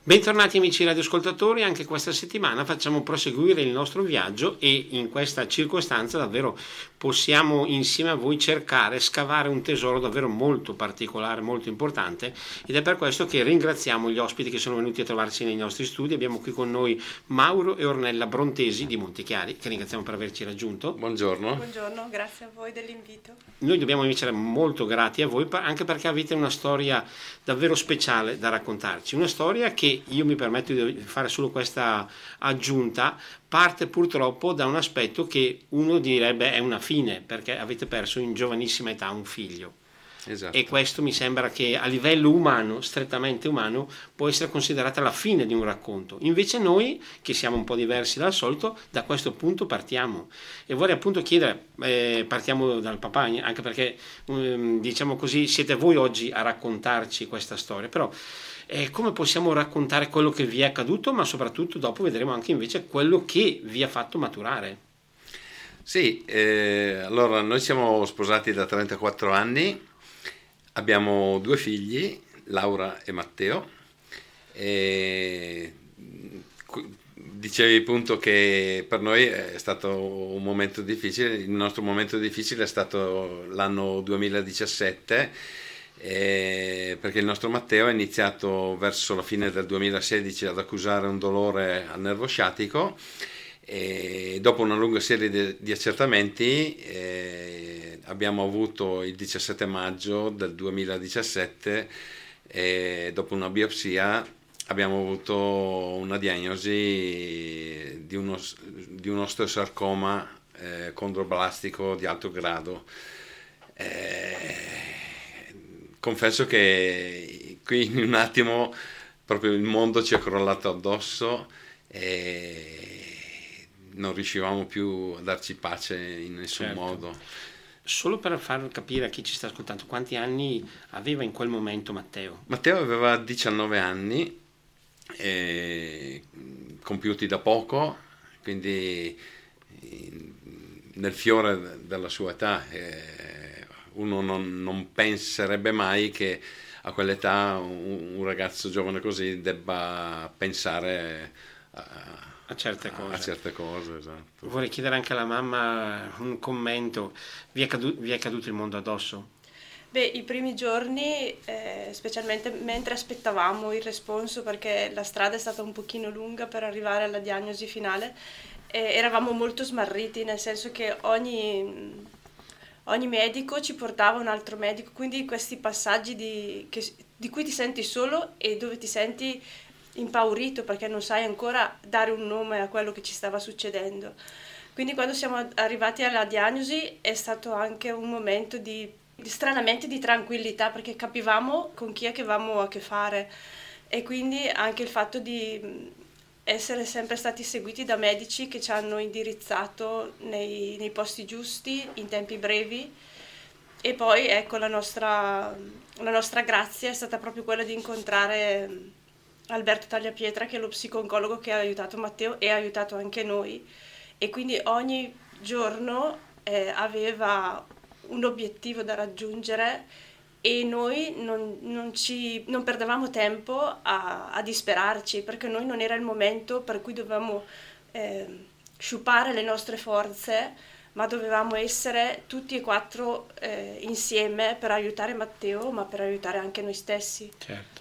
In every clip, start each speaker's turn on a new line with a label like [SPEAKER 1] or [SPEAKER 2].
[SPEAKER 1] Bentornati amici radioascoltatori, anche questa settimana facciamo proseguire il nostro viaggio e in questa circostanza davvero possiamo insieme a voi cercare, scavare un tesoro davvero molto particolare, molto importante, ed è per questo che ringraziamo gli ospiti che sono venuti a trovarci nei nostri studi. Abbiamo qui con noi Mauro e Ornella Brontesi di Montechiari, che ringraziamo per averci raggiunto.
[SPEAKER 2] Buongiorno.
[SPEAKER 3] Buongiorno, grazie a voi dell'invito.
[SPEAKER 1] Noi dobbiamo essere molto grati a voi anche perché avete una storia davvero speciale da raccontarci, una storia che io mi permetto di fare solo questa aggiunta, parte purtroppo da un aspetto che uno direbbe è una fine, perché avete perso in giovanissima età un figlio.
[SPEAKER 2] Esatto.
[SPEAKER 1] E questo mi sembra che a livello umano, strettamente umano, può essere considerata la fine di un racconto. Invece noi, che siamo un po' diversi dal solito, da questo punto partiamo. E vorrei appunto chiedere, partiamo dal papà, anche perché diciamo così, siete voi oggi a raccontarci questa storia, però come possiamo raccontare quello che vi è accaduto, ma soprattutto dopo vedremo anche invece quello che vi ha fatto maturare.
[SPEAKER 2] Sì, allora noi siamo sposati da 34 anni. Abbiamo 2 figli, Laura e Matteo, e dicevi appunto che per noi è stato un momento difficile. Il nostro momento difficile è stato l'anno 2017, perché il nostro Matteo ha iniziato verso la fine del 2016 ad accusare un dolore al nervo sciatico, e dopo una lunga serie di accertamenti abbiamo avuto il 17 maggio del 2017, dopo una biopsia abbiamo avuto una diagnosi di un osteosarcoma condroblastico di alto grado. Confesso che qui in un attimo proprio il mondo ci è crollato addosso e non riuscivamo più a darci pace in nessun
[SPEAKER 1] Certo.
[SPEAKER 2] modo.
[SPEAKER 1] Solo per far capire a chi ci sta ascoltando, quanti anni aveva in quel momento Matteo?
[SPEAKER 2] Matteo aveva 19 anni, compiuti da poco, quindi nel fiore della sua età. Uno non penserebbe mai che a quell'età un ragazzo giovane così debba pensare
[SPEAKER 1] A certe cose.
[SPEAKER 2] A certe cose, esatto.
[SPEAKER 1] Vorrei chiedere anche alla mamma un commento. Vi è caduto il mondo addosso?
[SPEAKER 3] Beh, i primi giorni, specialmente mentre aspettavamo il responso, perché la strada è stata un pochino lunga per arrivare alla diagnosi finale, eravamo molto smarriti, nel senso che ogni medico ci portava un altro medico, quindi questi passaggi di cui ti senti solo e dove ti senti impaurito perché non sai ancora dare un nome a quello che ci stava succedendo. Quindi quando siamo arrivati alla diagnosi è stato anche un momento stranamente di tranquillità, perché capivamo con chi è che avevamo a che fare, e quindi anche il fatto di essere sempre stati seguiti da medici che ci hanno indirizzato nei posti giusti in tempi brevi. E poi ecco, la nostra grazia è stata proprio quella di incontrare Alberto Tagliapietra, che è lo psico-oncologo che ha aiutato Matteo e ha aiutato anche noi, e quindi ogni giorno aveva un obiettivo da raggiungere e noi non perdevamo tempo a disperarci, perché noi non era il momento per cui dovevamo sciupare le nostre forze, ma dovevamo essere tutti e 4 insieme per aiutare Matteo, ma per aiutare anche noi stessi.
[SPEAKER 1] Certo.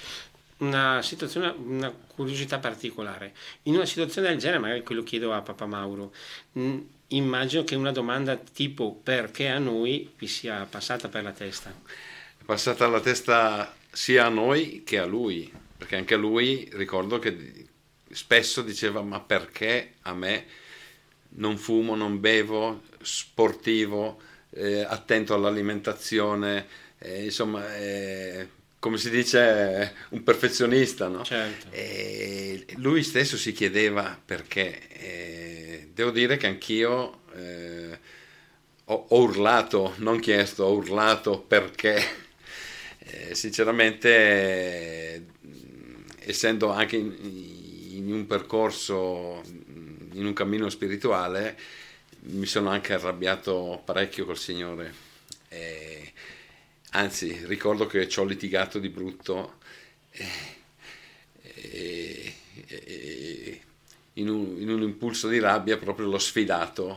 [SPEAKER 1] Una situazione, una curiosità particolare. In una situazione del genere, magari quello chiedo a papà Mauro, immagino che una domanda tipo perché a noi vi sia passata per la testa.
[SPEAKER 2] È passata alla testa sia a noi che a lui, perché anche lui ricordo che spesso diceva: ma perché a me? Non fumo, non bevo, sportivo, attento all'alimentazione, insomma, come si dice, un perfezionista, no?
[SPEAKER 1] Certo.
[SPEAKER 2] E lui stesso si chiedeva perché. Devo dire che anch'io ho urlato, non chiesto, ho urlato perché. Sinceramente, essendo anche in un percorso, in un cammino spirituale, mi sono anche arrabbiato parecchio col Signore, anzi ricordo che ci ho litigato di brutto, in un impulso di rabbia proprio l'ho sfidato,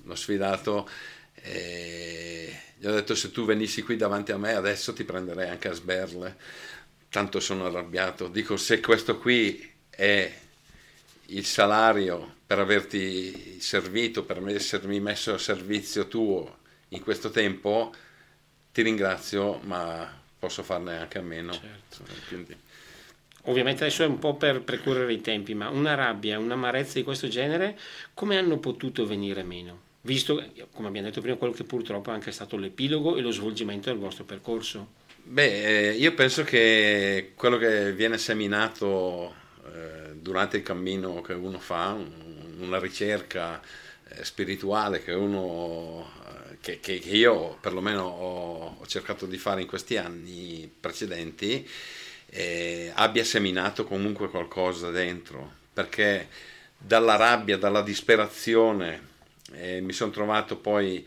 [SPEAKER 2] gli ho detto: se tu venissi qui davanti a me adesso ti prenderei anche a sberle, tanto sono arrabbiato. Dico, se questo qui è il salario per averti servito, per essermi messo a servizio tuo in questo tempo, ti ringrazio, ma posso farne anche a meno.
[SPEAKER 1] Certo.
[SPEAKER 2] Quindi...
[SPEAKER 1] Ovviamente adesso è un po' per precurrere i tempi, ma una rabbia, un'amarezza di questo genere, come hanno potuto venire meno? Visto, come abbiamo detto prima, quello che purtroppo è anche stato l'epilogo e lo svolgimento del vostro percorso.
[SPEAKER 2] Beh, io penso che quello che viene seminato durante il cammino che uno fa, una ricerca spirituale che uno che io perlomeno ho cercato di fare in questi anni precedenti, abbia seminato comunque qualcosa dentro, perché dalla rabbia, dalla disperazione mi sono trovato poi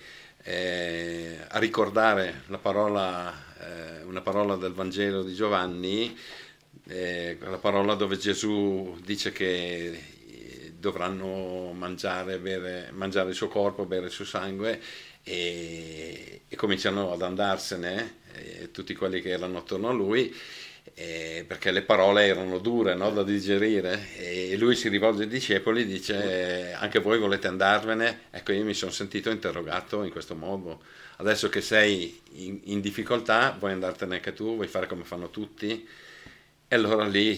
[SPEAKER 2] a ricordare una parola del Vangelo di Giovanni, la parola dove Gesù dice che dovranno mangiare il suo corpo, bere il suo sangue, e cominciano ad andarsene tutti quelli che erano attorno a lui, perché le parole erano dure, no, da digerire, e lui si rivolge ai discepoli e dice: anche voi volete andarvene? Ecco, io mi sono sentito interrogato in questo modo: adesso che sei in difficoltà, vuoi andartene anche tu, vuoi fare come fanno tutti? E allora lì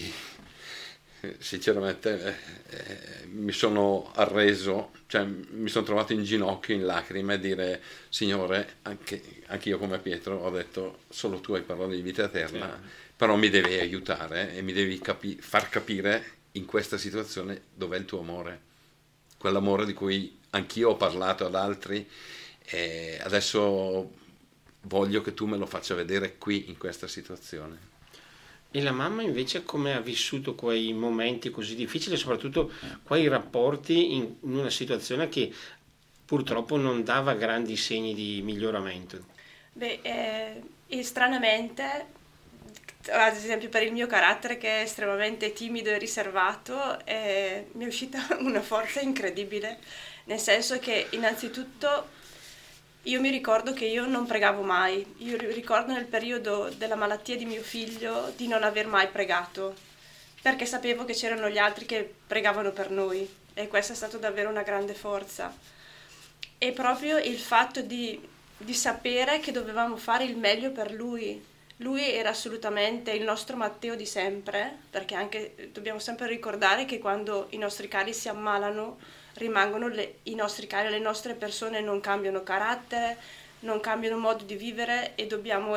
[SPEAKER 2] sinceramente mi sono arreso, cioè mi sono trovato in ginocchio, in lacrime, a dire: Signore, anche io come Pietro ho detto: solo tu hai parole di vita eterna, però mi devi aiutare e mi devi far capire in questa situazione dov'è il tuo amore, quell'amore di cui anch'io ho parlato ad altri, e adesso voglio che tu me lo faccia vedere qui in questa situazione.
[SPEAKER 1] E la mamma invece come ha vissuto quei momenti così difficili, soprattutto quei rapporti in una situazione che purtroppo non dava grandi segni di miglioramento?
[SPEAKER 3] Beh, e stranamente, ad esempio per il mio carattere che è estremamente timido e riservato, mi è uscita una forza incredibile, nel senso che innanzitutto io mi ricordo che io non pregavo mai. Io ricordo nel periodo della malattia di mio figlio di non aver mai pregato, perché sapevo che c'erano gli altri che pregavano per noi, e questa è stata davvero una grande forza. E proprio il fatto di sapere che dovevamo fare il meglio per lui. Lui era assolutamente il nostro Matteo di sempre, perché anche dobbiamo sempre ricordare che quando i nostri cari si ammalano rimangono i nostri cari, le nostre persone non cambiano carattere, non cambiano modo di vivere, e dobbiamo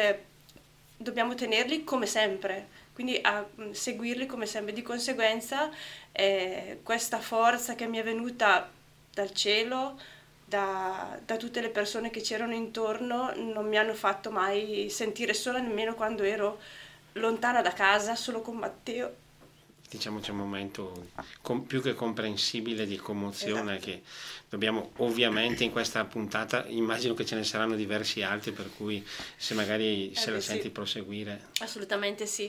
[SPEAKER 3] tenerli come sempre, quindi a seguirli come sempre. Di conseguenza questa forza che mi è venuta dal cielo, da tutte le persone che c'erano intorno, non mi hanno fatto mai sentire sola, nemmeno quando ero lontana da casa solo con Matteo.
[SPEAKER 1] Diciamo c'è un momento più che comprensibile di commozione,
[SPEAKER 3] Esatto.
[SPEAKER 1] che dobbiamo, ovviamente in questa puntata immagino che ce ne saranno diversi altri, per cui se magari se la senti proseguire.
[SPEAKER 3] Assolutamente sì.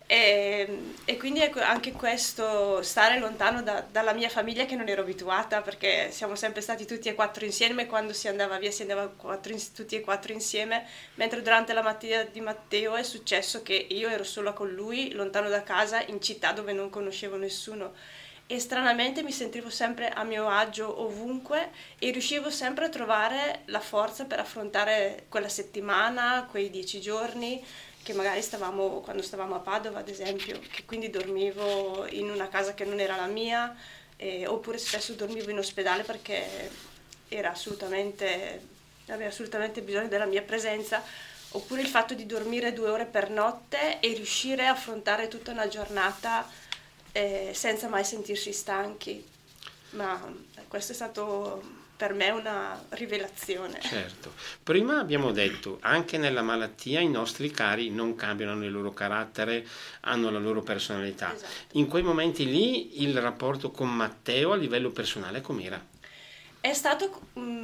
[SPEAKER 3] E quindi ecco, anche questo, stare lontano dalla mia famiglia, che non ero abituata, perché siamo sempre stati tutti e quattro insieme, quando si andava via si andava tutti e quattro insieme, mentre durante la malattia di Matteo è successo che io ero sola con lui, lontano da casa, in città dove non conoscevo nessuno, e stranamente mi sentivo sempre a mio agio ovunque, e riuscivo sempre a trovare la forza per affrontare quella settimana, quei 10 giorni, che magari quando stavamo a Padova, ad esempio, che quindi dormivo in una casa che non era la mia, oppure spesso dormivo in ospedale perché aveva assolutamente bisogno della mia presenza, oppure il fatto di dormire 2 ore per notte e riuscire a affrontare tutta una giornata senza mai sentirsi stanchi. Ma questo è stato per me una rivelazione.
[SPEAKER 1] Certo, prima abbiamo detto, anche nella malattia i nostri cari non cambiano, hanno il loro carattere, hanno la loro personalità.
[SPEAKER 3] Esatto.
[SPEAKER 1] In quei momenti lì il rapporto con Matteo a livello personale com'era?
[SPEAKER 3] È stato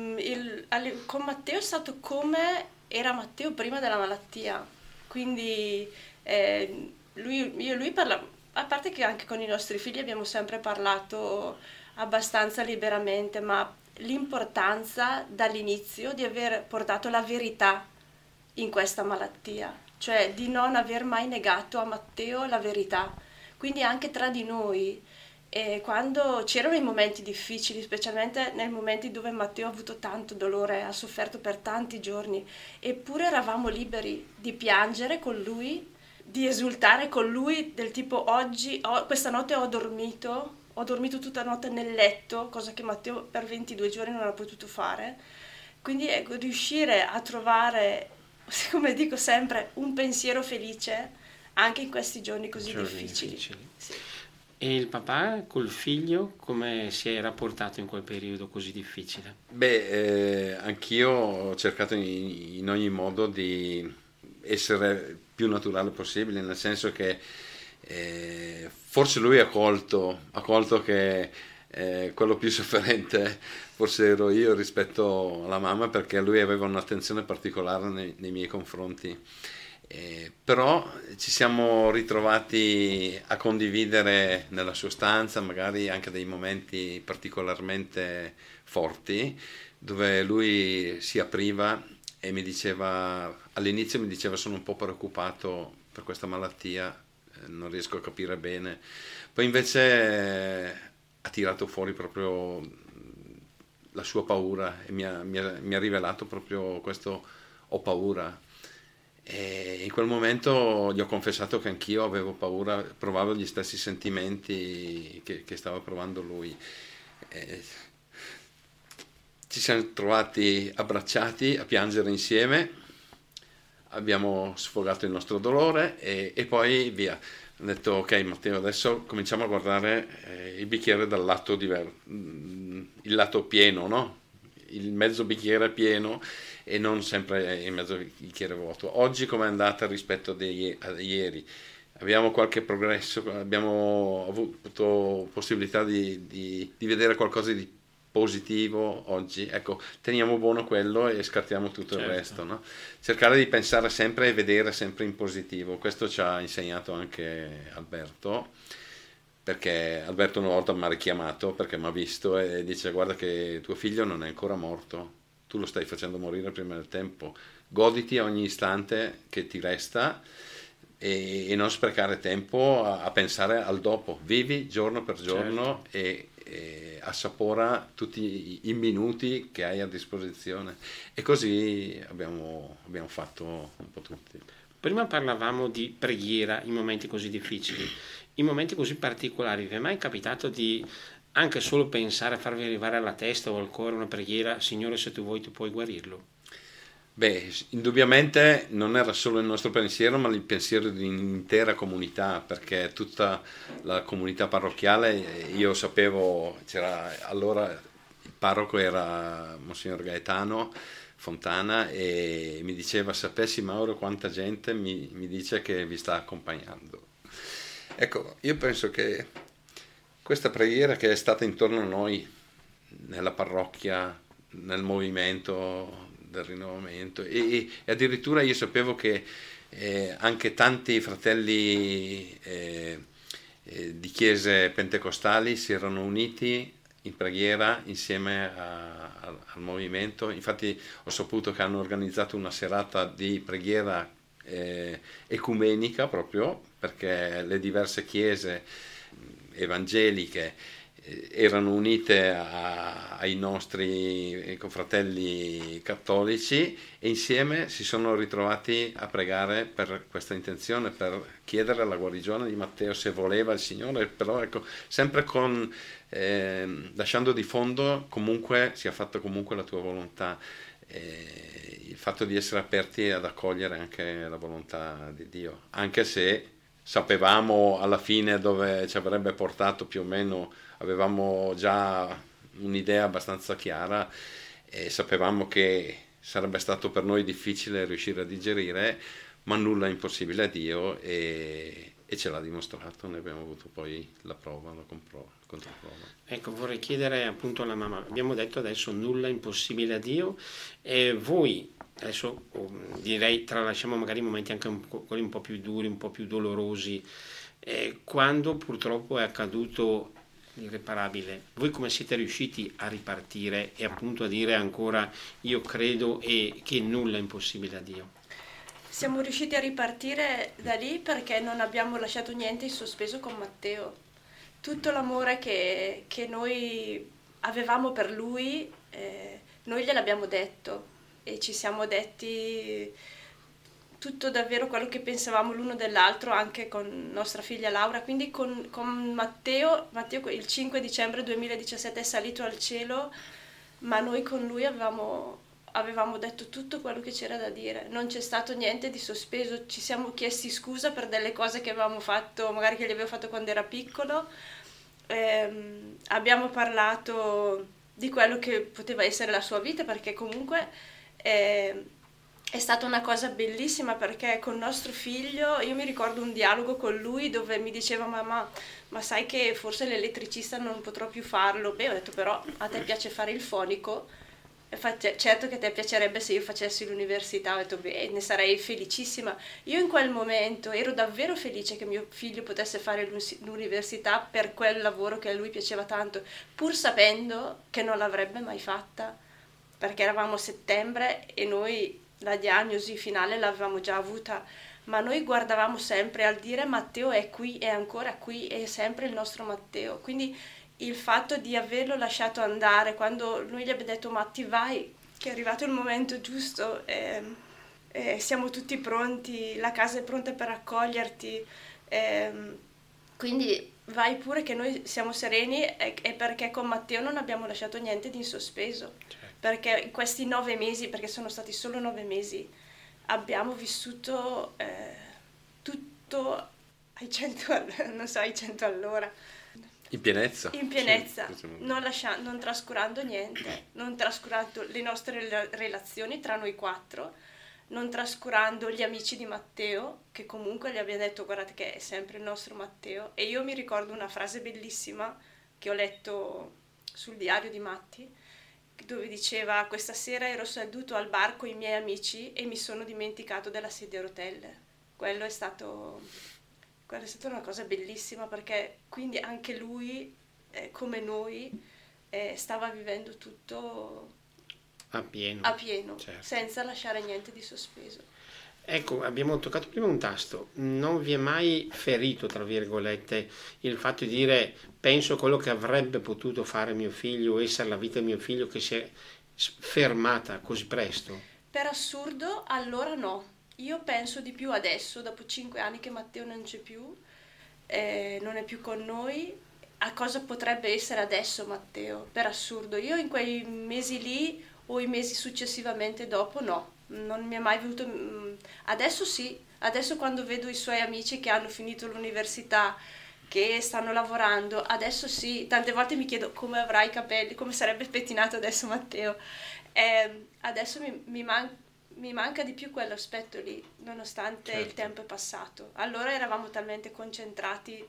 [SPEAKER 3] con Matteo è stato come era Matteo prima della malattia, quindi io e lui a parte che anche con i nostri figli abbiamo sempre parlato abbastanza liberamente, ma l'importanza dall'inizio di aver portato la verità in questa malattia, cioè di non aver mai negato a Matteo la verità. Quindi anche tra di noi, quando c'erano i momenti difficili, specialmente nei momenti dove Matteo ha avuto tanto dolore, ha sofferto per tanti giorni, eppure eravamo liberi di piangere con lui, di esultare con lui, del tipo oggi, questa notte ho dormito tutta la notte nel letto, cosa che Matteo per 22 giorni non ha potuto fare. Quindi ecco, riuscire a trovare, come dico sempre, un pensiero felice anche in questi giorni così difficili. Sì.
[SPEAKER 1] E il papà col figlio come si è rapportato in quel periodo così difficile?
[SPEAKER 2] Anch'io ho cercato in ogni modo di essere più naturale possibile, nel senso che forse lui ha colto che quello più sofferente forse ero io rispetto alla mamma, perché lui aveva un'attenzione particolare nei miei confronti. Però ci siamo ritrovati a condividere nella sua stanza magari anche dei momenti particolarmente forti, dove lui si apriva e mi diceva, all'inizio mi diceva sono un po' preoccupato per questa malattia, non riesco a capire bene, poi invece ha tirato fuori proprio la sua paura e mi ha rivelato proprio questo: ho paura. E in quel momento gli ho confessato che anch'io avevo paura, provavo gli stessi sentimenti che stava provando lui. Ci siamo trovati abbracciati a piangere insieme, abbiamo sfogato il nostro dolore e poi via. Ho detto ok Matteo, adesso cominciamo a guardare il bicchiere dal lato il lato pieno, no? Il mezzo bicchiere pieno e non sempre il mezzo bicchiere vuoto. Oggi com'è andata rispetto a ieri? Abbiamo qualche progresso, abbiamo avuto possibilità di vedere qualcosa di positivo oggi, ecco, teniamo buono quello e scartiamo tutto il resto, no? Cercare di pensare sempre e vedere sempre in positivo, questo ci ha insegnato anche Alberto, perché Alberto una volta mi ha richiamato perché mi ha visto e dice: guarda che tuo figlio non è ancora morto, tu lo stai facendo morire prima del tempo, goditi ogni istante che ti resta e non sprecare tempo a pensare al dopo, vivi giorno per giorno e assapora tutti i minuti che hai a disposizione, e così abbiamo fatto un po' tutti.
[SPEAKER 1] Prima parlavamo di preghiera in momenti così difficili, in momenti così particolari vi è mai capitato di anche solo pensare, a farvi arrivare alla testa o al cuore una preghiera: Signore, se tu vuoi tu puoi guarirlo?
[SPEAKER 2] Beh, indubbiamente non era solo il nostro pensiero, ma il pensiero di un'intera comunità, perché tutta la comunità parrocchiale, io sapevo, c'era allora il parroco era Monsignor Gaetano Fontana e mi diceva: sapessi Mauro quanta gente mi dice che vi sta accompagnando. Ecco, io penso che questa preghiera che è stata intorno a noi, nella parrocchia, nel movimento del rinnovamento e addirittura io sapevo che anche tanti fratelli di chiese pentecostali si erano uniti in preghiera insieme al movimento. Infatti ho saputo che hanno organizzato una serata di preghiera ecumenica, proprio perché le diverse chiese evangeliche erano unite ai nostri confratelli cattolici e insieme si sono ritrovati a pregare per questa intenzione, per chiedere la guarigione di Matteo se voleva il Signore, però ecco, sempre lasciando di fondo comunque sia fatta comunque la tua volontà, il fatto di essere aperti ad accogliere anche la volontà di Dio, anche se sapevamo alla fine dove ci avrebbe portato, più o meno avevamo già un'idea abbastanza chiara e sapevamo che sarebbe stato per noi difficile riuscire a digerire, ma nulla è impossibile a Dio e ce l'ha dimostrato. Noi abbiamo avuto poi la prova, la controprova.
[SPEAKER 1] Ecco, vorrei chiedere appunto alla mamma, abbiamo detto adesso nulla è impossibile a Dio, e voi adesso direi tralasciamo magari momenti anche quelli un po' più duri, un po' più dolorosi, quando purtroppo è accaduto l'irreparabile, voi come siete riusciti a ripartire e appunto a dire ancora io credo e che nulla è impossibile a Dio?
[SPEAKER 3] Siamo riusciti a ripartire da lì perché non abbiamo lasciato niente in sospeso con Matteo. Tutto l'amore che noi avevamo per lui, noi gliel'abbiamo detto e ci siamo detti tutto davvero quello che pensavamo l'uno dell'altro, anche con nostra figlia Laura. Quindi con Matteo il 5 dicembre 2017 è salito al cielo, ma noi con lui avevamo detto tutto quello che c'era da dire, non c'è stato niente di sospeso, ci siamo chiesti scusa per delle cose che avevamo fatto, magari che gli avevo fatto quando era piccolo, abbiamo parlato di quello che poteva essere la sua vita, perché comunque è stata una cosa bellissima, perché con nostro figlio io mi ricordo un dialogo con lui dove mi diceva mamma, ma sai che forse l'elettricista non potrò più farlo? Beh, ho detto però a te piace fare il fonico? Certo che a te piacerebbe se io facessi l'università. Ho detto beh, ne sarei felicissima. Io in quel momento ero davvero felice che mio figlio potesse fare l'università per quel lavoro che a lui piaceva tanto, pur sapendo che non l'avrebbe mai fatta, perché eravamo a settembre e noi la diagnosi finale l'avevamo già avuta, ma noi guardavamo sempre al dire Matteo è qui, è ancora qui, è sempre il nostro Matteo. Quindi il fatto di averlo lasciato andare, quando noi gli abbiamo detto ma ti vai, che è arrivato il momento giusto, siamo tutti pronti, la casa è pronta per accoglierti, quindi vai pure che noi siamo sereni, è perché con Matteo non abbiamo lasciato niente di in sospeso. Certo. Perché in questi 9 mesi, perché sono stati solo 9 mesi, abbiamo vissuto tutto ai 100, non so, ai 100 all'ora.
[SPEAKER 2] In pienezza.
[SPEAKER 3] In pienezza, sì, non trascurando niente, non trascurando le nostre relazioni tra noi 4, non trascurando gli amici di Matteo, che comunque gli abbiamo detto guardate che è sempre il nostro Matteo. E io mi ricordo una frase bellissima che ho letto sul diario di Matti, dove diceva questa sera ero seduto al bar con i miei amici e mi sono dimenticato della sedia a rotelle. Quello è stato una cosa bellissima, perché quindi anche lui, come noi, stava vivendo tutto
[SPEAKER 1] a pieno,
[SPEAKER 3] certo, senza lasciare niente di sospeso.
[SPEAKER 1] Ecco, abbiamo toccato prima un tasto, non vi è mai ferito, tra virgolette, il fatto di dire penso a quello che avrebbe potuto fare mio figlio, essere la vita di mio figlio che si è fermata così presto?
[SPEAKER 3] Per assurdo, allora no. Io penso di più adesso, dopo 5 anni che Matteo non c'è più, non è più con noi, a cosa potrebbe essere adesso Matteo, per assurdo. Io in quei mesi lì o i mesi successivamente dopo no, non mi è mai venuto. Adesso sì, adesso quando vedo i suoi amici che hanno finito l'università, che stanno lavorando, adesso sì, tante volte mi chiedo come avrà i capelli, come sarebbe pettinato adesso Matteo. Adesso mi manca di più quell'aspetto lì, nonostante certo, il tempo è passato. Allora eravamo talmente concentrati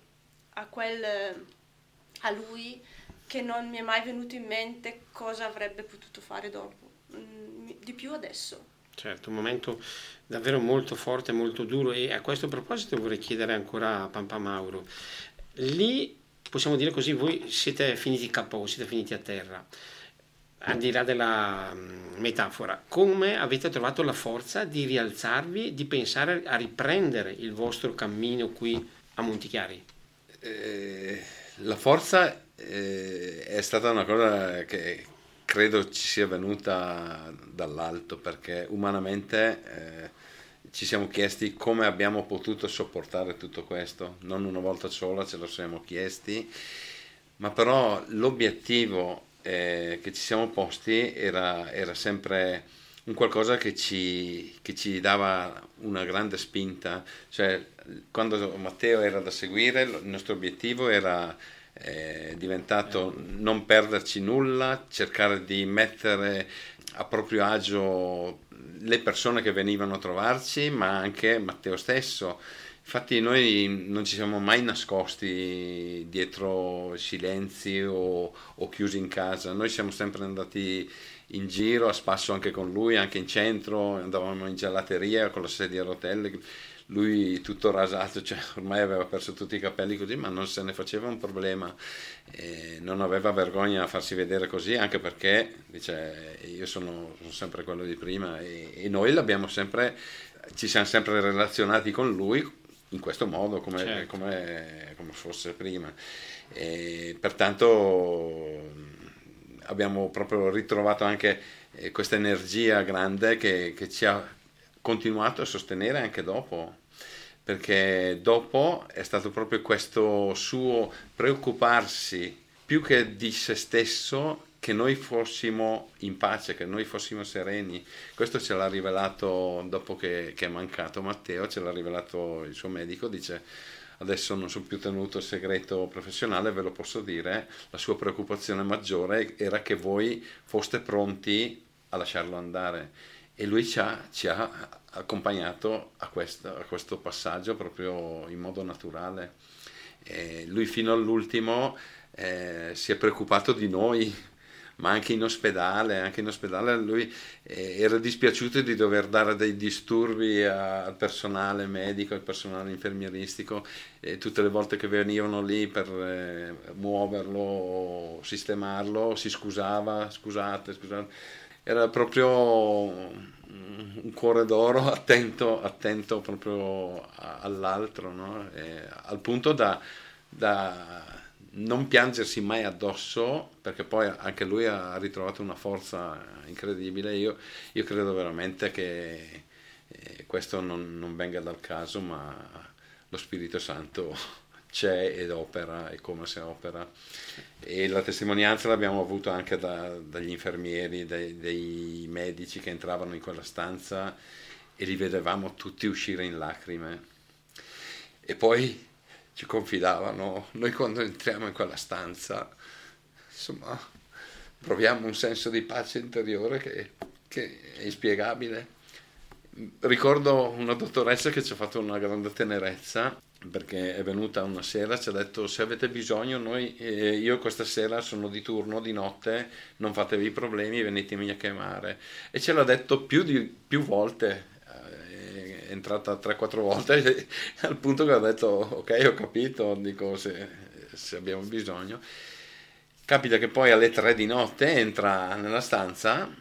[SPEAKER 3] a lui che non mi è mai venuto in mente cosa avrebbe potuto fare dopo. Di più adesso.
[SPEAKER 1] Certo, un momento davvero molto forte, molto duro. E a questo proposito vorrei chiedere ancora a Pampa Mauro. Lì, possiamo dire così, voi siete finiti KO, siete finiti a terra. Al di là della metafora, come avete trovato la forza di rialzarvi, di pensare a riprendere il vostro cammino qui a Montichiari?
[SPEAKER 2] La forza è stata una cosa che credo ci sia venuta dall'alto, perché umanamente ci siamo chiesti come abbiamo potuto sopportare tutto questo. Non una volta sola ce lo siamo chiesti, ma però l'obiettivo che ci siamo posti era sempre un qualcosa che ci dava una grande spinta. Cioè, quando Matteo era da seguire, il nostro obiettivo era diventato non perderci nulla, cercare di mettere a proprio agio le persone che venivano a trovarci, ma anche Matteo stesso. Infatti noi non ci siamo mai nascosti dietro silenzi o chiusi in casa. Noi siamo sempre andati in giro a spasso anche con lui, anche in centro, andavamo in gelateria con la sedia a rotelle. lui tutto rasato, cioè ormai aveva perso tutti i capelli così, ma non se ne faceva un problema, non aveva vergogna a farsi vedere così, anche perché dice io sono sempre quello di prima, e noi ci siamo sempre relazionati con lui in questo modo,
[SPEAKER 1] Certo.
[SPEAKER 2] come fosse prima. E pertanto abbiamo proprio ritrovato anche questa energia grande che ci ha continuato a sostenere anche dopo, perché dopo è stato proprio questo suo preoccuparsi più che di se stesso, che noi fossimo in pace, che noi fossimo sereni. Questo ce l'ha rivelato dopo che è mancato Matteo, ce l'ha rivelato il suo medico, dice adesso non sono più tenuto il segreto professionale, ve lo posso dire, la sua preoccupazione maggiore era che voi foste pronti a lasciarlo andare, e lui ci ha accompagnato a questo passaggio proprio in modo naturale. Lui fino all'ultimo si è preoccupato di noi, ma anche in ospedale lui era dispiaciuto di dover dare dei disturbi al personale medico, al personale infermieristico, e tutte le volte che venivano lì per muoverlo, sistemarlo, si scusava, scusate, era proprio un cuore d'oro, attento proprio all'altro, no? Al punto da non piangersi mai addosso, perché poi anche lui ha ritrovato una forza incredibile. Io credo veramente che questo non venga dal caso, ma lo Spirito Santo c'è ed opera, e come se opera. E la testimonianza l'abbiamo avuto anche dagli infermieri, dei medici che entravano in quella stanza, e li vedevamo tutti uscire in lacrime, e poi ci confidavano: noi quando entriamo in quella stanza, insomma, proviamo un senso di pace interiore che è inspiegabile. Ricordo una dottoressa che ci ha fatto una grande tenerezza, perché è venuta una sera, ci ha detto: se avete bisogno, io questa sera sono di turno di notte, non fatevi problemi, venitemi a chiamare. E ce l'ha detto più volte, è entrata 3-4 volte, al punto che ho detto: ok, ho capito, dico, se abbiamo bisogno. Capita che poi alle 3 di notte entra nella stanza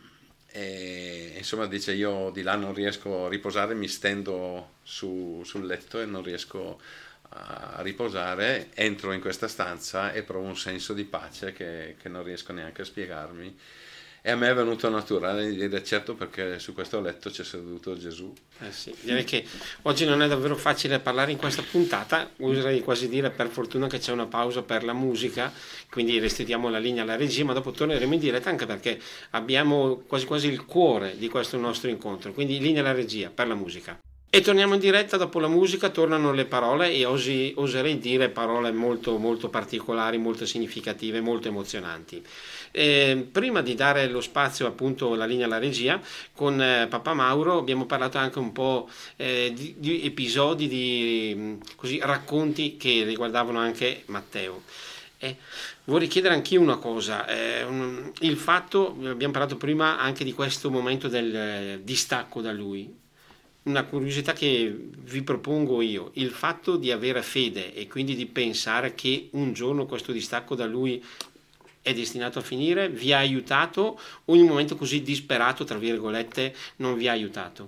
[SPEAKER 2] e insomma dice: io di là non riesco a riposare, mi stendo sul letto e non riesco a riposare, entro in questa stanza e provo un senso di pace che non riesco neanche a spiegarmi. E a me è venuto naturale di dire: certo, perché su questo letto c'è seduto Gesù.
[SPEAKER 1] Sì, direi che oggi non è davvero facile parlare in questa puntata, oserei quasi dire per fortuna che c'è una pausa per la musica, quindi restituiamo la linea alla regia, ma dopo torneremo in diretta, anche perché abbiamo quasi quasi il cuore di questo nostro incontro, quindi linea alla regia per la musica. E torniamo in diretta. Dopo la musica tornano le parole, e oserei dire parole molto, molto particolari, molto significative, molto emozionanti. Prima di dare lo spazio, appunto, la linea alla regia, con Papà Mauro abbiamo parlato anche un po' di episodi, di così, racconti che riguardavano anche Matteo. Vorrei chiedere anch'io una cosa, il fatto, abbiamo parlato prima anche di questo momento del distacco da lui. Una curiosità che vi propongo io: il fatto di avere fede e quindi di pensare che un giorno questo distacco da lui è destinato a finire, vi ha aiutato, o in un momento così disperato, tra virgolette, non vi ha aiutato?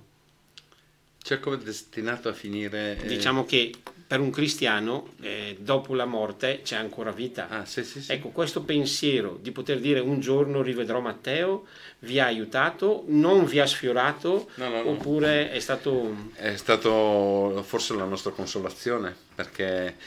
[SPEAKER 2] Cioè, come destinato a finire?
[SPEAKER 1] Diciamo che per un cristiano dopo la morte c'è ancora vita.
[SPEAKER 2] Sì.
[SPEAKER 1] Ecco, questo pensiero di poter dire un giorno rivedrò Matteo vi ha aiutato, non vi ha sfiorato? No. Oppure è stato...
[SPEAKER 2] È stato forse la nostra consolazione, perché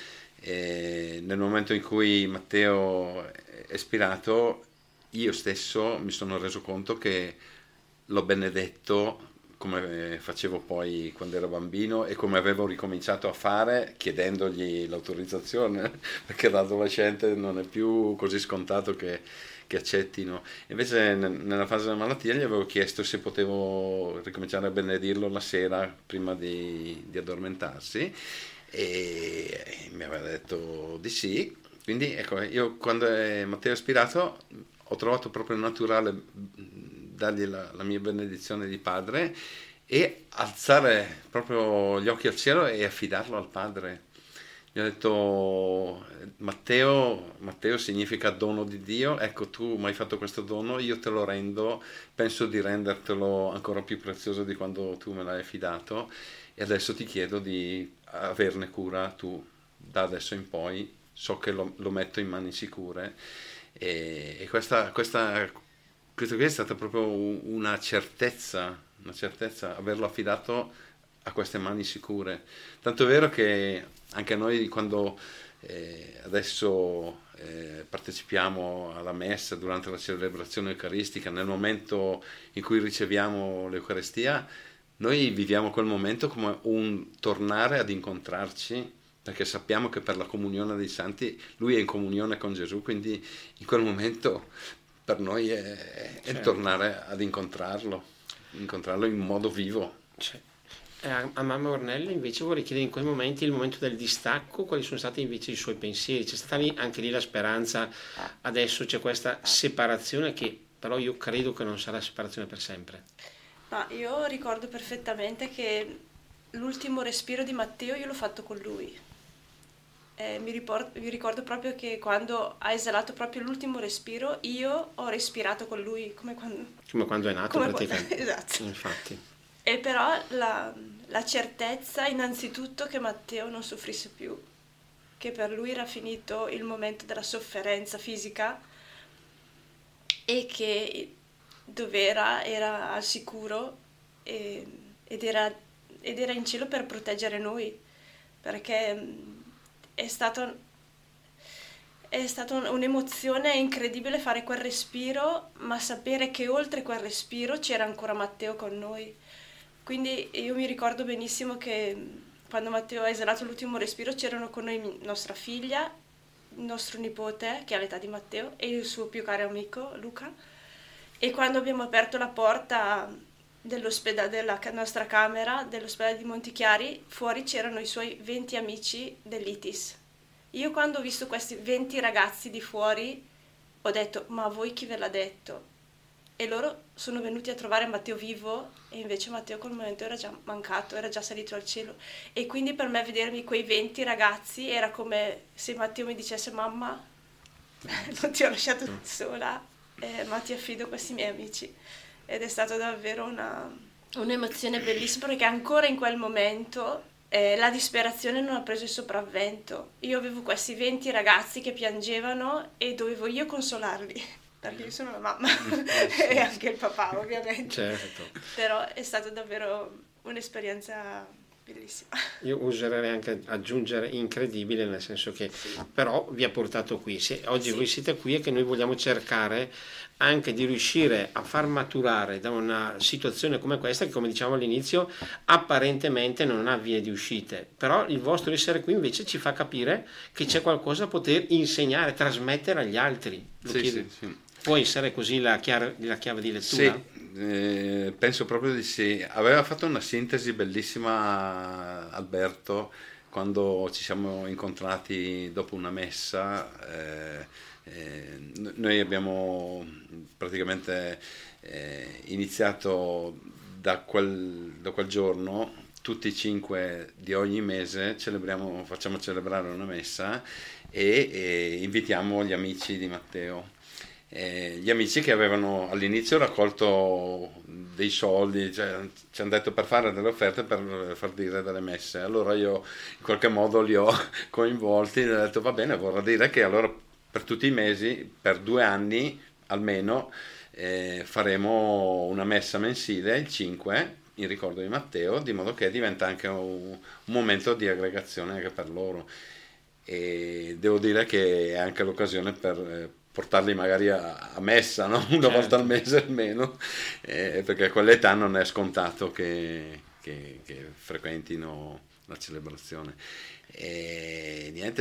[SPEAKER 2] nel momento in cui Matteo è spirato, io stesso mi sono reso conto che l'ho benedetto, come facevo poi quando ero bambino e come avevo ricominciato a fare chiedendogli l'autorizzazione, perché da adolescente non è più così scontato che accettino. Invece nella fase della malattia gli avevo chiesto se potevo ricominciare a benedirlo la sera prima di addormentarsi, e mi aveva detto di sì. Quindi ecco, io quando Matteo è ispirato ho trovato proprio naturale dargli la mia benedizione di padre, e alzare proprio gli occhi al cielo e affidarlo al Padre. Gli ho detto: Matteo significa dono di Dio, ecco, tu mi hai fatto questo dono, io te lo rendo, penso di rendertelo ancora più prezioso di quando tu me l'hai affidato, e adesso ti chiedo di averne cura tu da adesso in poi, so che lo metto in mani sicure. E questo qui è stata proprio una certezza, averlo affidato a queste mani sicure. Tanto è vero che anche noi, quando adesso partecipiamo alla messa durante la celebrazione eucaristica, nel momento in cui riceviamo l'Eucaristia, noi viviamo quel momento come un tornare ad incontrarci, perché sappiamo che per la comunione dei santi lui è in comunione con Gesù, quindi in quel momento per noi è
[SPEAKER 1] certo,
[SPEAKER 2] tornare ad incontrarlo in modo vivo.
[SPEAKER 1] Cioè, a mamma Ornella invece vorrei chiedere in quei momenti, il momento del distacco, quali sono stati invece i suoi pensieri? C'è stata anche lì la speranza, adesso c'è questa separazione che però io credo che non sarà separazione per sempre.
[SPEAKER 3] Ma io ricordo perfettamente che l'ultimo respiro di Matteo io l'ho fatto con lui. Mi ricordo proprio che quando ha esalato proprio l'ultimo respiro, io ho respirato con lui, come
[SPEAKER 1] Come quando è nato praticamente.
[SPEAKER 3] Esatto.
[SPEAKER 1] Infatti.
[SPEAKER 3] E però la certezza innanzitutto che Matteo non soffrisse più, che per lui era finito il momento della sofferenza fisica e che dov'era era al sicuro ed era in cielo per proteggere noi, perché è stata un'emozione incredibile fare quel respiro, ma sapere che oltre quel respiro c'era ancora Matteo con noi. Quindi io mi ricordo benissimo che quando Matteo ha esalato l'ultimo respiro c'erano con noi nostra figlia, il nostro nipote, che ha l'età di Matteo, e il suo più caro amico, Luca. E quando abbiamo aperto la porta della nostra camera, dell'ospedale di Montichiari, fuori c'erano i suoi 20 amici dell'ITIS. Io quando ho visto questi 20 ragazzi di fuori ho detto: ma a voi chi ve l'ha detto? E loro sono venuti a trovare Matteo vivo, e invece Matteo quel momento era già mancato, era già salito al cielo. E quindi per me vedermi quei 20 ragazzi era come se Matteo mi dicesse: mamma, non ti ho lasciato sola, ma ti affido a questi miei amici. Ed è stata davvero un'emozione bellissima, perché ancora in quel momento la disperazione non ha preso il sopravvento. Io avevo questi 20 ragazzi che piangevano e dovevo io consolarli, perché io sono la mamma e anche il papà ovviamente.
[SPEAKER 1] Certo.
[SPEAKER 3] Però è stata davvero un'esperienza bellissima.
[SPEAKER 1] Io userei anche aggiungere incredibile, nel senso che però vi ha portato qui. Oggi voi siete qui e che noi vogliamo cercare anche di riuscire a far maturare da una situazione come questa, che come diciamo all'inizio apparentemente non ha vie di uscite, però il vostro essere qui invece ci fa capire che c'è qualcosa da poter insegnare, trasmettere agli altri.
[SPEAKER 2] Sì.
[SPEAKER 1] Può essere così la chiave di lettura?
[SPEAKER 2] Sì, penso proprio di sì. Aveva fatto una sintesi bellissima Alberto quando ci siamo incontrati dopo una messa. Noi abbiamo praticamente iniziato da quel giorno, tutti i 5 di ogni mese facciamo celebrare una messa e invitiamo gli amici di Matteo. Gli amici che avevano all'inizio raccolto dei soldi, cioè, ci hanno detto per fare delle offerte per far dire delle messe. Allora io in qualche modo li ho coinvolti e ho detto: va bene, vorrà dire che allora per tutti i mesi, per 2 anni almeno, faremo una messa mensile, il 5, in ricordo di Matteo, di modo che diventa anche un momento di aggregazione anche per loro. E devo dire che è anche l'occasione per portarli magari a messa, no? Una volta al mese almeno, perché a quell'età non è scontato che frequentino la celebrazione. E niente,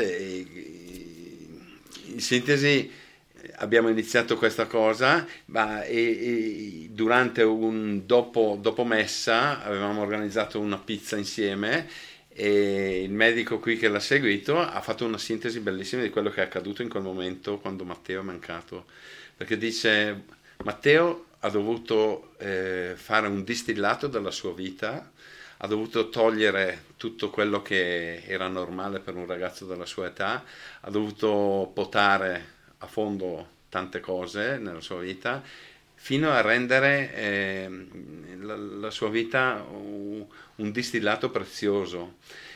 [SPEAKER 2] in sintesi abbiamo iniziato questa cosa, ma durante dopo messa avevamo organizzato una pizza insieme, e il medico qui che l'ha seguito ha fatto una sintesi bellissima di quello che è accaduto in quel momento quando Matteo è mancato, perché dice: Matteo ha dovuto fare un distillato della sua vita, ha dovuto togliere tutto quello che era normale per un ragazzo della sua età, ha dovuto potare a fondo tante cose nella sua vita, fino a rendere la sua vita un distillato prezioso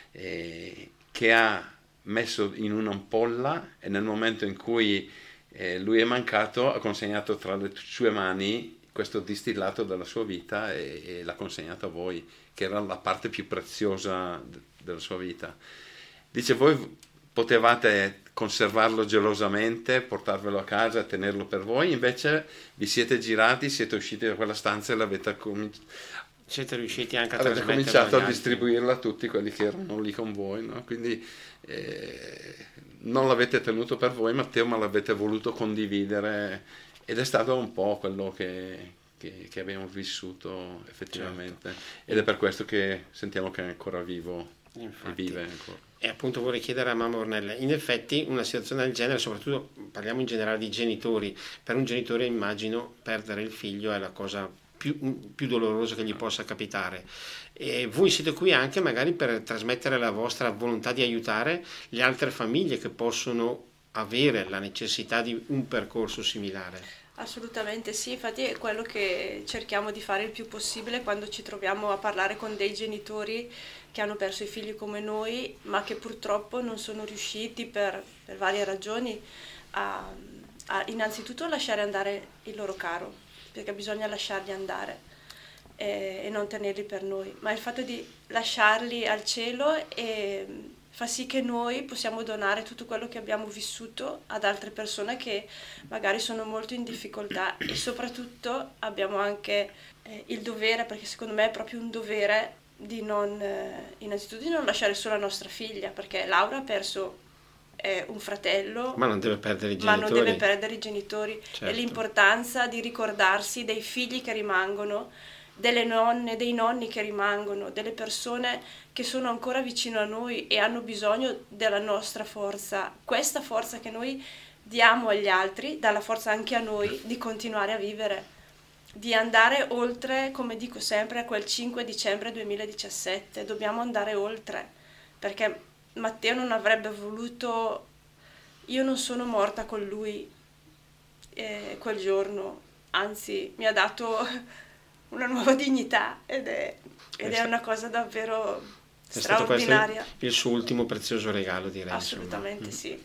[SPEAKER 2] che ha messo in un'ampolla, e nel momento in cui lui è mancato ha consegnato tra le sue mani questo distillato della sua vita e l'ha consegnato a voi, che era la parte più preziosa della sua vita. Dice, voi potevate conservarlo gelosamente, portarvelo a casa e tenerlo per voi, invece vi siete girati, siete usciti da quella stanza e
[SPEAKER 1] siete riusciti anche a
[SPEAKER 2] avete cominciato a distribuirla a tutti quelli che erano lì con voi, no? Quindi non l'avete tenuto per voi, Matteo, ma l'avete voluto condividere, ed è stato un po' quello che abbiamo vissuto effettivamente. Certo. Ed è per questo che sentiamo che è ancora vivo. Infatti, e vive ancora.
[SPEAKER 1] E appunto vorrei chiedere a mamma Ornella, in effetti una situazione del genere, soprattutto parliamo in generale di genitori, per un genitore immagino perdere il figlio è la cosa più dolorosa che gli possa capitare, e voi siete qui anche magari per trasmettere la vostra volontà di aiutare le altre famiglie che possono avere la necessità di un percorso similare.
[SPEAKER 3] Assolutamente sì, infatti è quello che cerchiamo di fare il più possibile quando ci troviamo a parlare con dei genitori che hanno perso i figli come noi, ma che purtroppo non sono riusciti per varie ragioni a innanzitutto lasciare andare il loro caro, perché bisogna lasciarli andare e non tenerli per noi, ma il fatto di lasciarli al cielo fa sì che noi possiamo donare tutto quello che abbiamo vissuto ad altre persone che magari sono molto in difficoltà, e soprattutto abbiamo anche il dovere, perché secondo me è proprio un dovere, di innanzitutto di non lasciare sola nostra figlia, perché Laura ha perso un fratello,
[SPEAKER 1] ma non deve perdere i genitori.
[SPEAKER 3] Certo. E l'importanza di ricordarsi dei figli che rimangono, delle nonne, dei nonni che rimangono, delle persone che sono ancora vicino a noi e hanno bisogno della nostra forza, questa forza che noi diamo agli altri, dà la forza anche a noi di continuare a vivere, di andare oltre, come dico sempre, a quel 5 dicembre 2017, dobbiamo andare oltre, perché Matteo non avrebbe voluto, io non sono morta con lui quel giorno, anzi mi ha dato una nuova dignità ed è una cosa davvero straordinaria.
[SPEAKER 1] È stato il suo ultimo prezioso regalo, direi.
[SPEAKER 3] Assolutamente sì.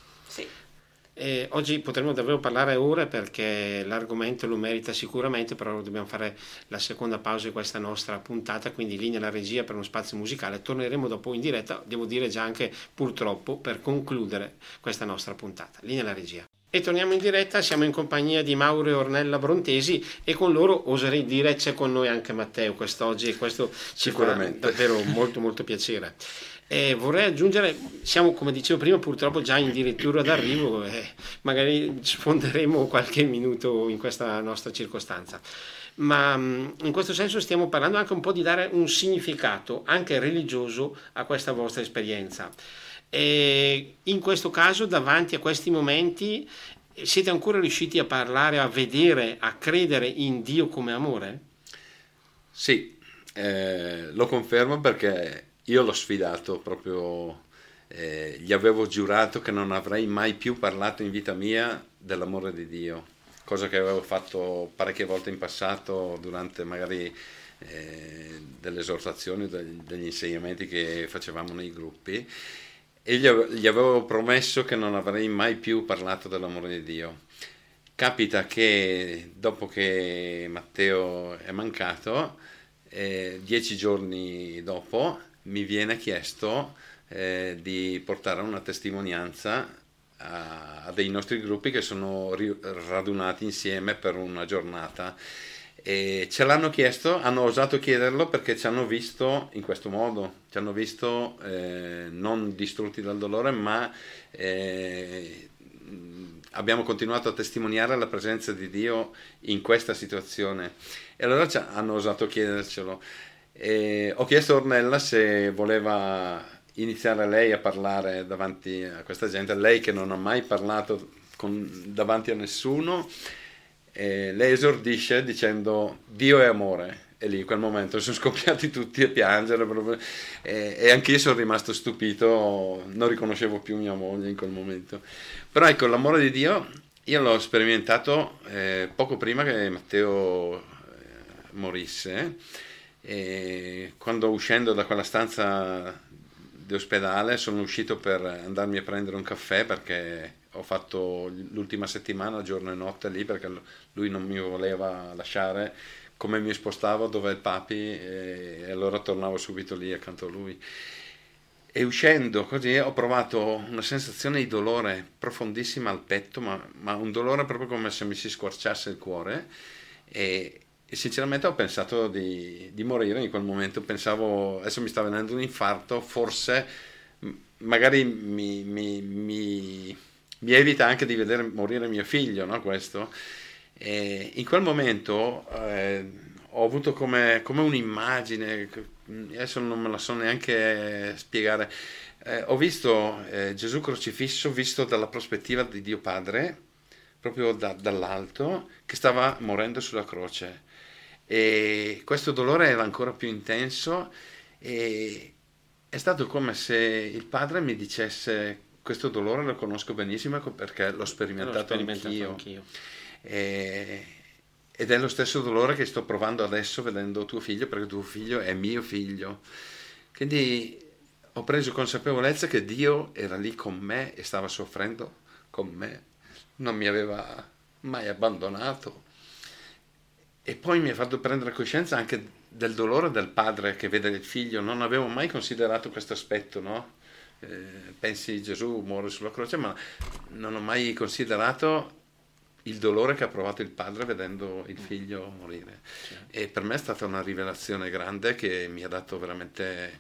[SPEAKER 1] Oggi potremmo davvero parlare ore, perché l'argomento lo merita sicuramente, però dobbiamo fare la seconda pausa di questa nostra puntata, quindi linea alla regia per uno spazio musicale. Torneremo dopo in diretta, devo dire già anche purtroppo, per concludere questa nostra puntata. Linea alla regia. E torniamo in diretta, siamo in compagnia di Mauro e Ornella Brontesi, e con loro oserei dire c'è con noi anche Matteo quest'oggi, e questo ci fa davvero molto molto piacere. Vorrei aggiungere, siamo come dicevo prima purtroppo già addirittura d'arrivo, magari sfonderemo qualche minuto in questa nostra circostanza, ma in questo senso stiamo parlando anche un po' di dare un significato anche religioso a questa vostra esperienza. E in questo caso, davanti a questi momenti, siete ancora riusciti a parlare, a vedere, a credere in Dio come amore?
[SPEAKER 2] Sì, lo confermo, perché io l'ho sfidato proprio, gli avevo giurato che non avrei mai più parlato in vita mia dell'amore di Dio, cosa che avevo fatto parecchie volte in passato durante magari delle esortazioni, degli insegnamenti che facevamo nei gruppi, e gli avevo promesso che non avrei mai più parlato dell'amore di Dio. Capita che dopo che Matteo è mancato, 10 giorni dopo mi viene chiesto di portare una testimonianza a dei nostri gruppi che sono radunati insieme per una giornata, e ce l'hanno chiesto, hanno osato chiederlo perché ci hanno visto in questo modo, ci hanno visto non distrutti dal dolore, ma abbiamo continuato a testimoniare la presenza di Dio in questa situazione, e allora hanno osato chiedercelo. Ho chiesto a Ornella se voleva iniziare lei a parlare davanti a questa gente, lei che non ha mai parlato davanti a nessuno, lei esordisce dicendo Dio è amore, e lì in quel momento sono scoppiati tutti a piangere proprio, e anch'io sono rimasto stupito, non riconoscevo più mia moglie in quel momento. Però ecco, l'amore di Dio io l'ho sperimentato poco prima che Matteo morisse, e quando uscendo da quella stanza di ospedale sono uscito per andarmi a prendere un caffè, perché ho fatto l'ultima settimana giorno e notte lì, perché lui non mi voleva lasciare, come mi spostavo dove è il papi, e allora tornavo subito lì accanto a lui. E uscendo così ho provato una sensazione di dolore profondissima al petto, ma un dolore proprio come se mi si squarciasse il cuore, e sinceramente ho pensato di morire in quel momento. Pensavo, adesso mi sta venendo un infarto, forse magari mi evita anche di vedere morire mio figlio, no? Questo. E in quel momento ho avuto come un'immagine, adesso non me la so neanche spiegare, ho visto Gesù crocifisso visto dalla prospettiva di Dio Padre, proprio dall'alto, che stava morendo sulla croce, e questo dolore era ancora più intenso, e è stato come se il Padre mi dicesse: questo dolore lo conosco benissimo perché l'ho sperimentato anch'io. Ed è lo stesso dolore che sto provando adesso vedendo tuo figlio, perché tuo figlio è mio figlio. Quindi ho preso consapevolezza che Dio era lì con me e stava soffrendo con me, non mi aveva mai abbandonato. E poi mi ha fatto prendere coscienza anche del dolore del padre che vede il figlio. Non avevo mai considerato questo aspetto, no? Pensi Gesù muore sulla croce, ma non ho mai considerato il dolore che ha provato il padre vedendo il figlio morire. Certo. E per me è stata una rivelazione grande che mi ha dato veramente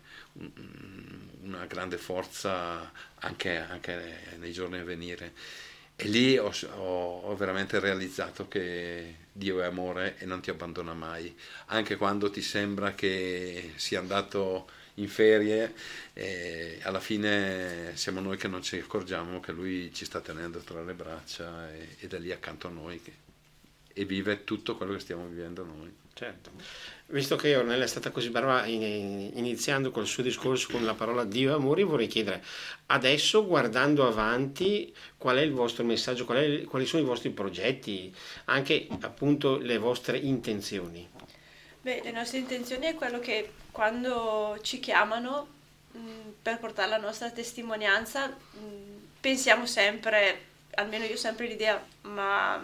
[SPEAKER 2] una grande forza anche nei giorni a venire. E lì ho veramente realizzato che Dio è amore e non ti abbandona mai, anche quando ti sembra che sia andato in ferie, alla fine siamo noi che non ci accorgiamo che lui ci sta tenendo tra le braccia ed è lì accanto a noi e vive tutto quello che stiamo vivendo noi.
[SPEAKER 1] Certo. Visto che Ornella è stata così brava iniziando col suo discorso con la parola Dio e amore, vorrei chiedere adesso, guardando avanti, qual è il vostro messaggio, quali sono i vostri progetti, anche appunto le vostre intenzioni?
[SPEAKER 3] Beh, le nostre intenzioni è quello che quando ci chiamano per portare la nostra testimonianza pensiamo sempre, almeno io ho sempre l'idea, ma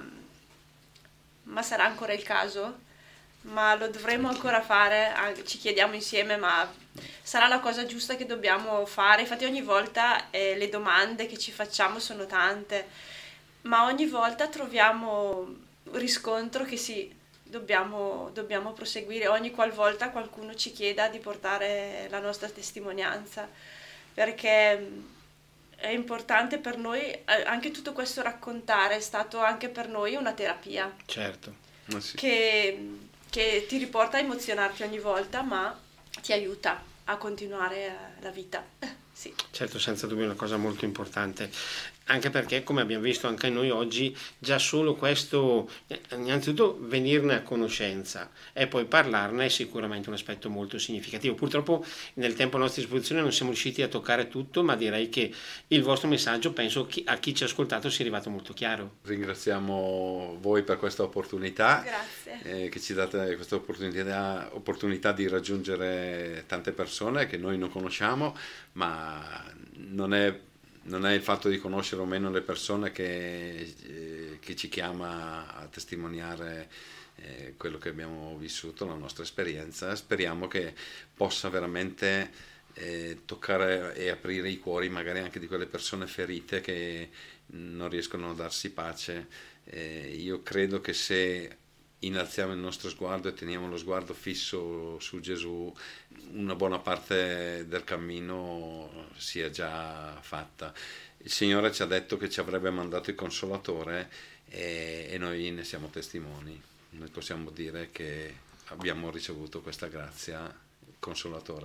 [SPEAKER 3] sarà ancora il caso? Ma lo dovremmo ancora fare? Ci chiediamo insieme, ma sarà la cosa giusta che dobbiamo fare? Infatti ogni volta le domande che ci facciamo sono tante, ma ogni volta troviamo riscontro che sì, dobbiamo proseguire ogni qualvolta qualcuno ci chieda di portare la nostra testimonianza, perché è importante per noi, anche tutto questo raccontare è stato anche per noi una terapia.
[SPEAKER 1] Certo.
[SPEAKER 2] Sì.
[SPEAKER 3] Che ti riporta a emozionarti ogni volta, ma ti aiuta a continuare la vita. Sì.
[SPEAKER 1] Certo, senza dubbio è una cosa molto importante, anche perché, come abbiamo visto anche noi oggi, già solo questo, innanzitutto venirne a conoscenza e poi parlarne è sicuramente un aspetto molto significativo. Purtroppo nel tempo a nostra disposizione non siamo riusciti a toccare tutto, ma direi che il vostro messaggio, penso a chi ci ha ascoltato, sia arrivato molto chiaro.
[SPEAKER 2] Ringraziamo voi per questa opportunità.
[SPEAKER 3] Grazie.
[SPEAKER 2] Che ci date questa opportunità di raggiungere tante persone che noi non conosciamo, ma non è il fatto di conoscere o meno le persone che ci chiama a testimoniare quello che abbiamo vissuto, la nostra esperienza. Speriamo che possa veramente toccare e aprire i cuori magari anche di quelle persone ferite che non riescono a darsi pace. Io credo che se innalziamo il nostro sguardo e teniamo lo sguardo fisso su Gesù, una buona parte del cammino sia già fatta. Il Signore ci ha detto che ci avrebbe mandato il Consolatore e noi ne siamo testimoni. Noi possiamo dire che abbiamo ricevuto questa grazia, il Consolatore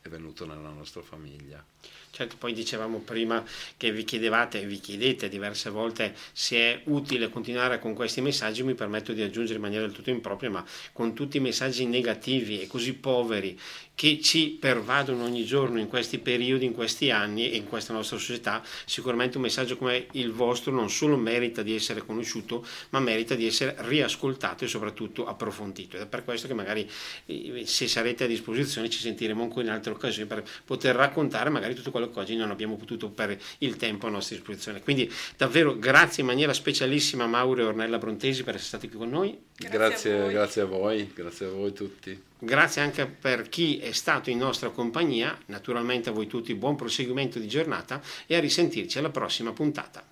[SPEAKER 2] è venuto nella nostra famiglia.
[SPEAKER 1] Certo, poi dicevamo prima che vi chiedevate e vi chiedete diverse volte se è utile continuare con questi messaggi. Mi permetto di aggiungere in maniera del tutto impropria, ma con tutti i messaggi negativi e così poveri che ci pervadono ogni giorno in questi periodi, in questi anni e in questa nostra società, sicuramente un messaggio come il vostro non solo merita di essere conosciuto, ma merita di essere riascoltato e soprattutto approfondito. Ed è per questo che magari, se sarete a disposizione, ci sentiremo ancora in altre occasioni per poter raccontare magari tutto quello che oggi non abbiamo potuto per il tempo a nostra disposizione. Quindi davvero grazie in maniera specialissima a Mauro e Ornella Brontesi per essere stati qui con noi.
[SPEAKER 2] Grazie a voi tutti.
[SPEAKER 1] Grazie anche per chi è stato in nostra compagnia. Naturalmente a voi tutti buon proseguimento di giornata e a risentirci alla prossima puntata.